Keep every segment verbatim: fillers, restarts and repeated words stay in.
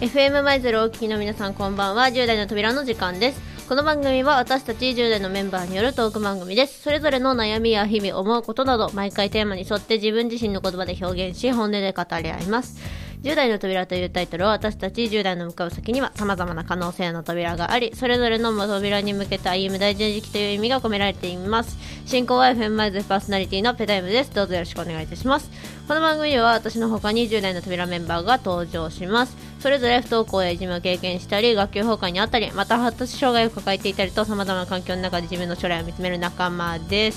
エフエム 舞鶴をお聞きの皆さんこんばんは。じゅう代の扉の時間です。この番組は私たちじゅう代のメンバーによるトーク番組です。それぞれの悩みや日々思うことなど毎回テーマに沿って自分自身の言葉で表現し本音で語り合います。じゅう代の扉というタイトルは私たちじゅう代の向かう先には様々な可能性の扉があり、それぞれの扉に向けて歩む大事な時期という意味が込められています。進行は エフエム 舞鶴パーソナリティのペタイムです。どうぞよろしくお願いいたします。この番組では私の他にじゅう代の扉メンバーが登場します。それぞれ不登校やいじめを経験したり、学級崩壊にあったり、また発達障害を抱えていたりと様々な環境の中で自分の将来を見つめる仲間です。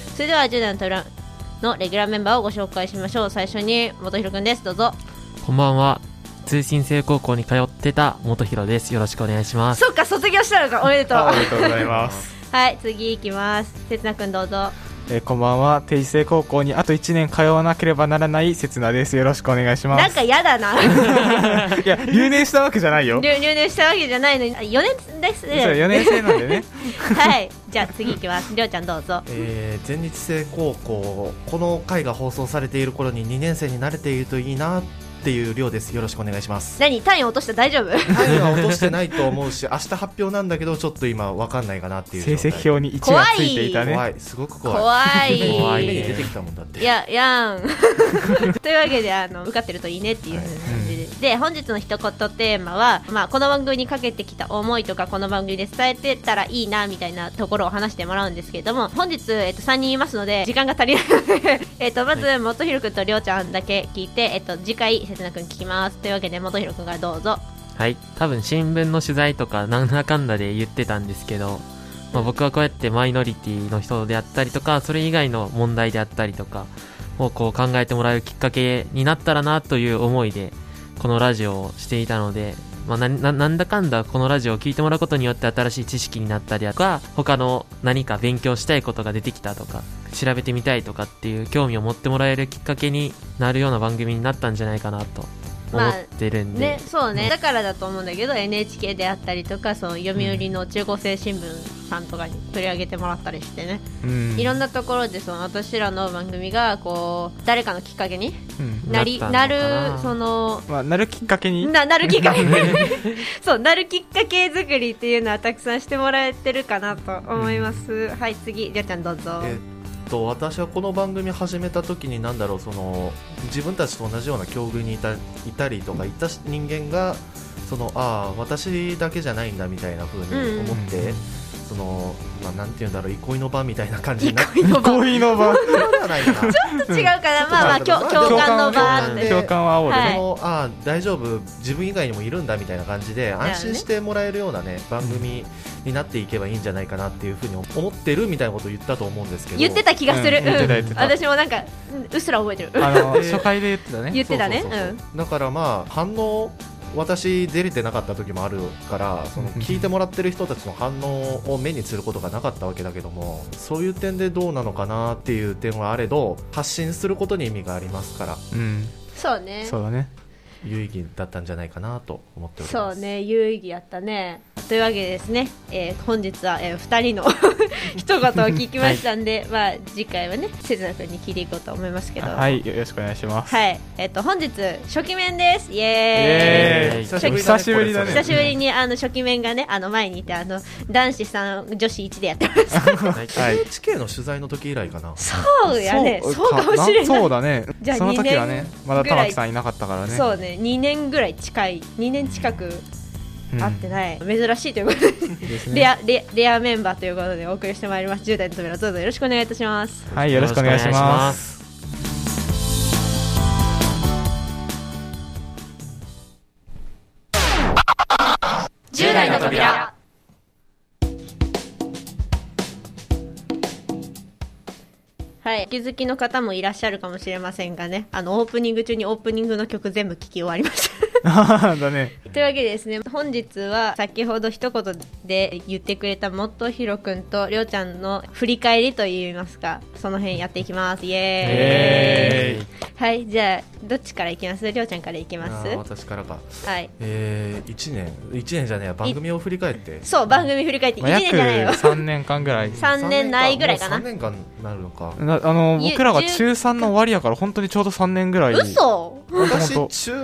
それではじゅう代の扉のレギュラーメンバーをご紹介しましょう。最初に元弘くんです。どうぞ。 こんばんは。通信制高校に通ってた元弘です。よろしくお願いします。 そっか、卒業したのか。おめでとう。 おめでとうございますはい、次いきます。せつなくんどうぞ。 えー、こんばんは。定時制高校にあといちねん通わなければならないせつなです。よろしくお願いします。 なんかやだな。 いや、留年したわけじゃないよ。 留留年したわけじゃないのによねんですね。 そう、よねん生なんでね。 はい、じゃあ次いきます。りょうちゃんどうぞ。 えー、全日制高校、この回が放送されている頃ににねん生になれているといいなっていう量です。よろしくお願いします。 何、単位落とした？大丈夫？ 単位は落としてないと思うし、明日発表なんだけどちょっと今わかんないかなっていう成績表にいちがついていたね。 怖い、すごく怖い。 怖い。 怖い。目に出てきたもんだって。 いや、やん。というわけで、あの受かってるといいねっていう感じで、はい、で本日の一言テーマは、まあ、この番組にかけてきた思いとかこの番組で伝えてたらいいなみたいなところを話してもらうんですけれども、本日、えっと、さんにんいますので時間が足りないのでえっとまず元弘くんとりょうちゃんだけ聞いて、えっと、次回せつなくん聞きます。というわけで元弘くんからどうぞ。 はい、多分新聞の取材とかなんだかんだで言ってたんですけど、まあ、僕はこうやってマイノリティの人であったりとかそれ以外の問題であったりとかをこう考えてもらうきっかけになったらなという思いでこのラジオをしていたので、まあ、な, な, なんだかんだこのラジオを聞いてもらうことによって新しい知識になったりとか他の何か勉強したいことが出てきたとか調べてみたいとかっていう興味を持ってもらえるきっかけになるような番組になったんじゃないかなと思ってるんで、 まあね、そうね、だからだと思うんだけど エヌエイチケー であったりとかその読売の中高生新聞さんとかに取り上げてもらったりしてね、うん、いろんなところでその私らの番組がこう誰かのきっかけになり、うん、なるその、 まあ、なるきっかけにな, なるきっかけそうなるきっかけ作りっていうのはたくさんしてもらえてるかなと思います、うん、はい、次りょうちゃんどうぞ。 えと私はこの番組始めた時に何だろう、その自分たちと同じような境遇にい た, いたりとかいた人間がそのああ私だけじゃないんだみたいな風に思って、うん、そのまあ、なんていうんだろう、憩いの場みたいな感じになって憩いの場ちょっと違うかな、まあまあ共感の場って共感は煽る、 はい、そのあ大丈夫自分以外にもいるんだみたいな感じで安心してもらえるような、ね、番組になっていけばいいんじゃないかなっていうふうに思ってるみたいなことを言ったと思うんですけど、 言ってた気がする、うんうん、私もなんかうっすら覚えてる、 あの初回で言ってたね言ってたね、 そうそうそうそう、だからまあ反応私出れてなかった時もあるからその聞いてもらってる人たちの反応を目にすることがなかったわけだけども、そういう点でどうなのかなっていう点はあれど発信することに意味がありますから、 うん、 そうね、 そうだね、 有意義だったんじゃないかなと思っております。 そうね、有意義やったね。というわけでですね、えー、本日は、えー、ふたりの一言を聞きましたんで、はい、まあ、次回はねせつな君に聞いていこうと思いますけど、 はい、よろしくお願いします。 はい、えー、と本日初期面です。イエーイ、イエーイ、 久しぶりだね。 久しぶりにあの初期面がね、あの前にいてあの男子さん女子いちでやってます。 はい、エヌエイチケー の取材の時以来かな。 そうやね、そう、そうかもしれない。 そうだね。 じゃあその時はねまだ玉木さんいなかったからね。 そうね、にねんぐらい近い、にねん近く会ってない、うん、珍しいということでですね、レア、レ、レアメンバーということでお送りしてまいります。じゅう代の扉、どうぞよろしくお願いいたします。 はい、よろしくお願いします。 じゅう代の扉。はい、お気づきの方もいらっしゃるかもしれませんがね、あのオープニング中にオープニングの曲全部聴き終わりましただね。 というわけでですね、本日は先ほど一言で言ってくれた元弘くんとりょうちゃんの振り返りといいますか、その辺やっていきます。イエーイ、はい、じゃあどっちからいきます？りょうちゃんからいきます？ あ、私からか。 はい、 えー、いちねんいちねんじゃねえや、番組を振り返って。 そう、番組振り返っていちねんじゃないよ、 約さんねんかんぐらいさんねんないぐらいかな。 さんねんかんになるのかな。あの僕らが中さんの終わりやから本当にちょうどさんねんぐらい。 嘘。 私中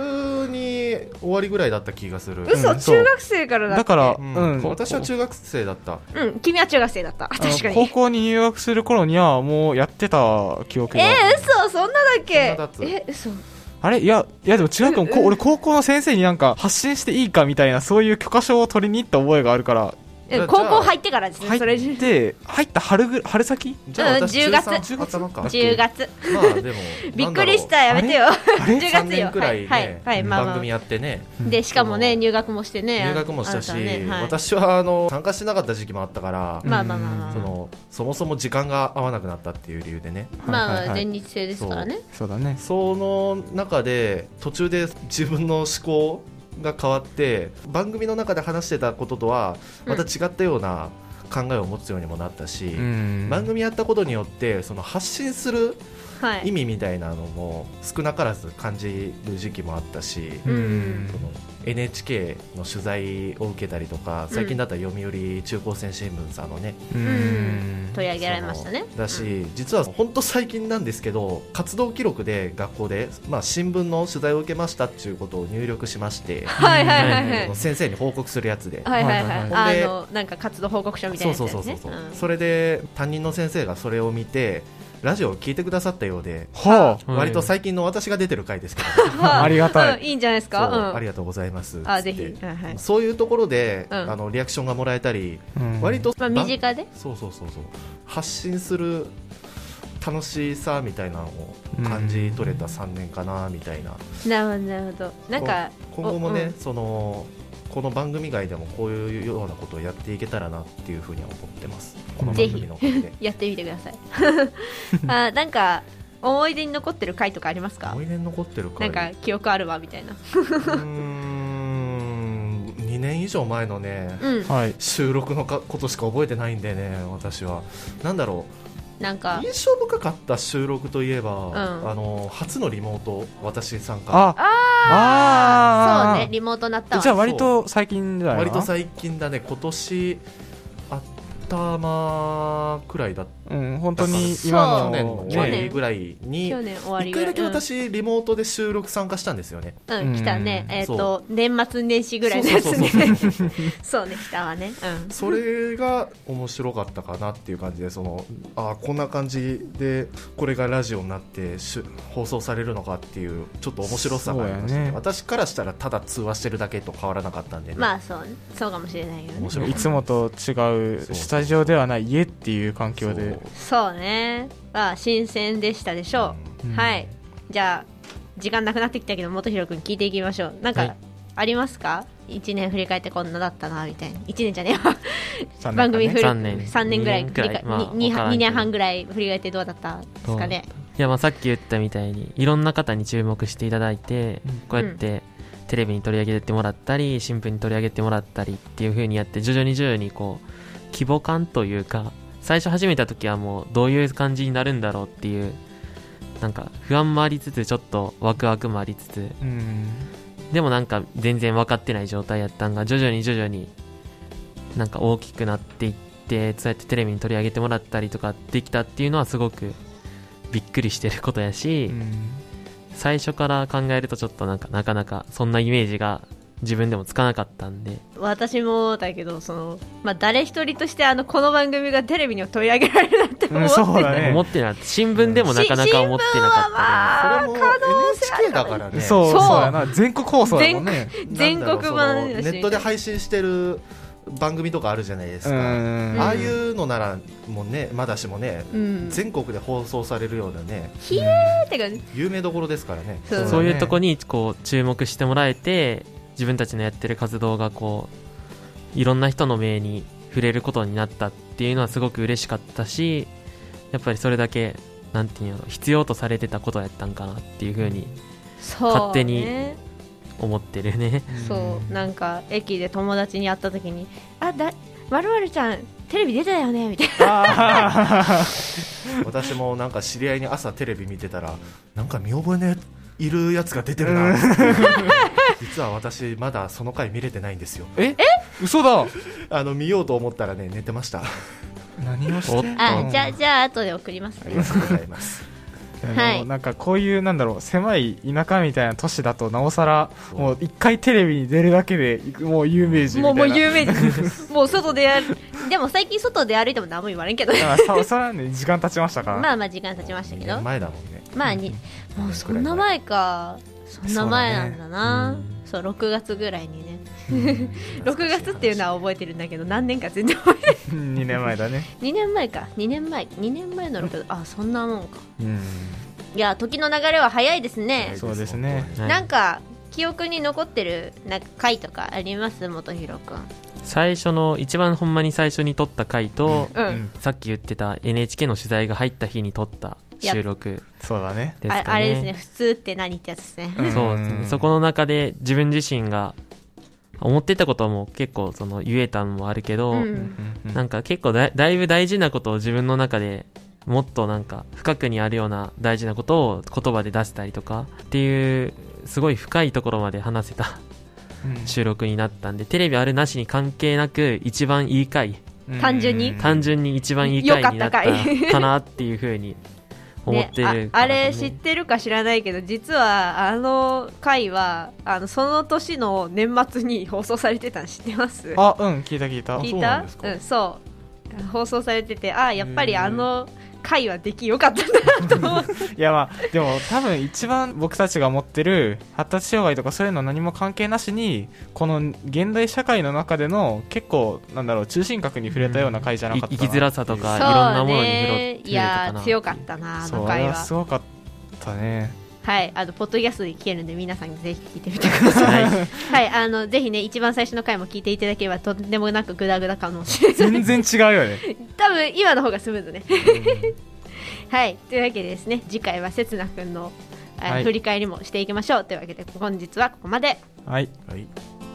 普に終わりぐらいだった気がする。 嘘、 うんそう中学生からだっけ。 だから、 うんうん、 私は中学生だった。 うん、君は中学生だった。 あの確かに。 高校に入学する頃にはもうやってた記憶が、 えー、嘘、そんなだっけ。 そんなだつえ、嘘。 あれいや、いやでも違うかも、こ俺高校の先生になんか発信していいかみたいなそういう許可証を取りに行った覚えがあるから、 えじゃあ高校入ってからですね、 入それ。 って入った春ぐ春先じゃあ私うんじゅうがつ中さん頭か。 じゅうがつ。 まあでもびっくりした、やめてよ。 あれじゅうさんがつよ。 ねんくらいね、 はい、はい、はい、まあまあ番組。やってね、 で、しかもね、入学もしてね。 入学もしたし、 あなたはねはい私はあの参加してなかった時期もあったから、 まあまあまあまあそのそもそも時間が合わなくなったっていう理由でね、 まあまあ、 はいはいはい全日制ですからね。 そうだね。 その中で途中で自分の思考が変わって番組の中で話してたこととはまた違ったような考えを持つようにもなったし、 うん番組やったことによってその発信するはい。 意味みたいなのも少なからず感じる時期もあったし、 うんその エヌエイチケー の取材を受けたりとか、最近だったら読売中高生新聞さんのね、 ううんん取り上げられましたね。 だし、実は本当最近なんですけど活動記録で学校で、まあ、新聞の取材を受けましたっていうことを入力しましてはいはいはいはい。 先生に報告するやつで、 はいはいはいはい。 はいあの、なんか活動報告書みたいそうなやつですね。 そうそうそうそう、 うんそれで担任の先生がそれを見てラジオを聞いてくださったようで、 はあ、 はい割と最近の私が出てる回ですけど、 ありがたいうんいいんじゃないですそうか。うん。 ありがとうございますあ、 つってぜひ。はいはい。 そういうところで、 うんあのリアクションがもらえたり、 うん割とまあ、身近で。 そうそうそうそう発信する楽しさみたいなのを感じ取れたさんねんかなみたいな、 なるほど、なるほど。なんか、 今後もね、 おうんそのこの番組外でもこういうようなことをやっていけたらなっていうふうには思ってます、この番組のおかげで。 やってみてください。あ、なんか、思い出に残ってる回とかありますか。 思い出に残ってるな回んか記憶あるわみたいな。 うーんにねん以上前のね、 うん。 はい。 収録のかことしか覚えてないんでね、私は。なんだろう、 なんか、 印象深かった収録といえば、 んあの初のリモート、私参加、 あ、あーそうね、リモートなったわ。 じゃあ割と最近じゃない割とさ最近だね、今年頭くらいだった。 うん、本当にそう今の去年の終わりぐらいに去年終わり一ぐらい。 回だけ私リモートで収録参加したんですよね。 うん、うん、来たね。 うんえっと、年末年始ぐらいのやつね。そうね、来たわね。うん。 それが面白かったかなっていう感じで、そのあこんな感じでこれがラジオになってし放送されるのかっていうちょっと面白さがありましたね。 そうやね私からしたらただ通話してるだけと変わらなかったんでね、 まあ、そうね。そうかもしれないよね面。白かったいつもと違うスタジオではない家っていう環境で、 そうね。まあ、新鮮でしたでしょう。 うんはい。じゃあ、時間なくなってきたけど、元弘くん聞いていきましょう。なんかはい、 ありますか？いちねん振り返ってこんなだったな、みたいな。いちねんじゃねえわ。 さんねんかね番組振りさんねんさんねんぐらい振り返にねんくらいまあにわからんけどにねんはんぐらい振り返ってどうだったんですかね。 いやまあさっき言ったみたいにいろんな方に注目していただいて、 うんこうやってテレビに取り上げてもらったり新聞に取り上げてもらったりっていう風にやって徐々に徐々にこう規模感というか、最初始めた時はもうどういう感じになるんだろうっていうなんか不安もありつつちょっとワクワクもありつつ、 うんでもなんか全然分かってない状態やったんが徐々に徐々になんか大きくなっていって、そうやってテレビに取り上げてもらったりとかできたっていうのはすごくびっくりしてることやし、 うん最初から考えるとちょっとなんかなかなかそんなイメージが自分でもつかなかったんで、 私もだけど、その、まあ、誰一人としてあの、この番組がテレビに取り上げられるなんて思うんってそうだね思ってなかった。新聞でもなかなか思ってなかったまあそれも エヌエイチケー だからね、 そうそうそうやな、全国放送だもんね。 全国版なんだろうそのネットで配信してる番組とかあるじゃないですうか、 んああいうのならもうね、まだしもね、 うん。 全国で放送されるようなねひえーってかね。 有名どころですからね。 そうり、そういうとこにこう注目してもらえて、自分たちのやってる活動がこういろんな人の目に触れることになったっていうのはすごく嬉しかったし、やっぱりそれだけなんていうの必要とされてたことやったんかなっていう風にそう、ね。 勝手に思ってるね。 そう、なんか、駅で友達に会った時に、あ、だ、まるまるちゃん、テレビ出てたよねみたいな。 あ私もなんか知り合いに朝テレビ見てたら、なんか見覚えのいるやつが出てるな実は私まだその回見れてないんですよ。 ーえ嘘だ。 あの見ようと思ったらね寝てました。あ何をしてんのあ、じゃあ、じゃあ、後で送りますね。 りがとうございます。 あのはいなんかこういうなんだろう狭い田舎みたいな都市だとなおさらそうもう一回テレビに出るだけでもう有名人みもたいなうもう有名ですもう外でやるでも最近外で歩いても何も言われんけどだからさそれはね時間経ちましたから、 まあまあ時間経ちましたけど前だもんね。 まあにもうそんな前かそんな前なんだなそうろくがつぐらいにねろくがつっていうのは覚えてるんだけど何年か全然覚えてにねんまえだね。 にねんまえかにねんまえにねんまえのろくがつあそんなもんかうんいや時の流れは早いですねそうですね。 はいなんか記憶に残ってるなんか回とかあります元弘くん最初の一番ほんまに最初に撮った回と、 うん、 うんさっき言ってた エヌエイチケー の取材が入った日に撮った収録そうだね。 ですかね。 ああれですね普通って何ってやつですね、 うんそうですね。そこの中で自分自身が思ってたことも結構その言えたのもあるけど、 うんなんか結構だだいぶ大事なことを自分の中でもっとなんか深くにあるような大事なことを言葉で出したりとかっていうすごい深いところまで話せたうん収録になったんで、テレビあるなしに関係なく一番いい回、 うん単純に単純に一番いい回になったよかった回かなっていうふうに思ってるからねね、ああれ知ってるか知らないけど実はあの回はあのその年の年末に放送されてたの知ってますあうん聞いた聞いた。 聞いそうなたんですかうんそう放送されててあやっぱりあの回は出来良かったんだなと思っていやまあでも多分一番僕たちが持ってる発達障害とかそういうの何も関係なしにこの現代社会の中での結構なんだろう中心核に触れたような回じゃなかったな。 い生きづらさとかいろんそうなものに触れねい触れたかな。 や強かったなあそうあれはの回はすごかったね。 はいあのポッドキャストで聞けるんで皆さんぜひ聞いてみてくださいはいはいあのぜひね一番最初の回も聞いていただければとんでもなくグダグダかもしれない全然違うよね。 多分今の方がスムーズねはいというわけでですね次回はせつなくんのあのはい振り返りもしていきましょうというわけで本日はここまではい。 はい。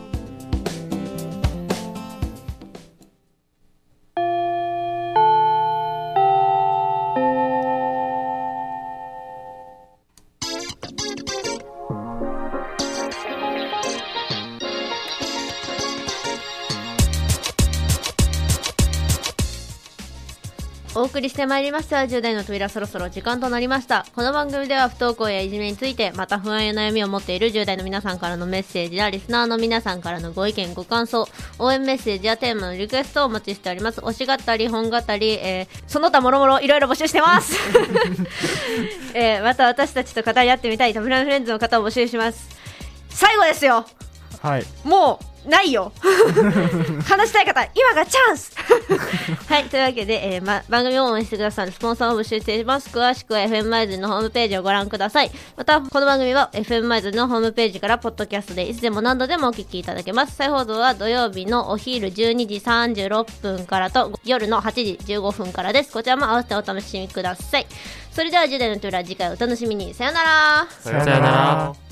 お送りしてまいりましたじゅう代の扉そろそろ時間となりました。この番組では不登校やいじめについてまた不安や悩みを持っているじゅう代の皆さんからのメッセージやリスナーの皆さんからのご意見ご感想応援メッセージやテーマのリクエストをお待ちしております。推し語り本語り、えー、その他もろもろいろいろ募集してます、えー、また私たちと語り合ってみたいタブランフレンズの方を募集します。最後ですよはい。 もうないよ話したい方今がチャンスはいというわけで、えーま、番組を応援してくださるスポンサーを募集しています。詳しくは エフエム マイズのホームページをご覧ください。またこの番組は エフエム マイズのホームページからポッドキャストでいつでも何度でもお聞きいただけます。再放送は土曜日のお昼じゅうにじさんじゅうろっぷんからと夜のはちじじゅうごふんからです。こちらも合わせてお楽しみください。それではじゅう代の扉次回お楽しみに。さよなら。 さよなら。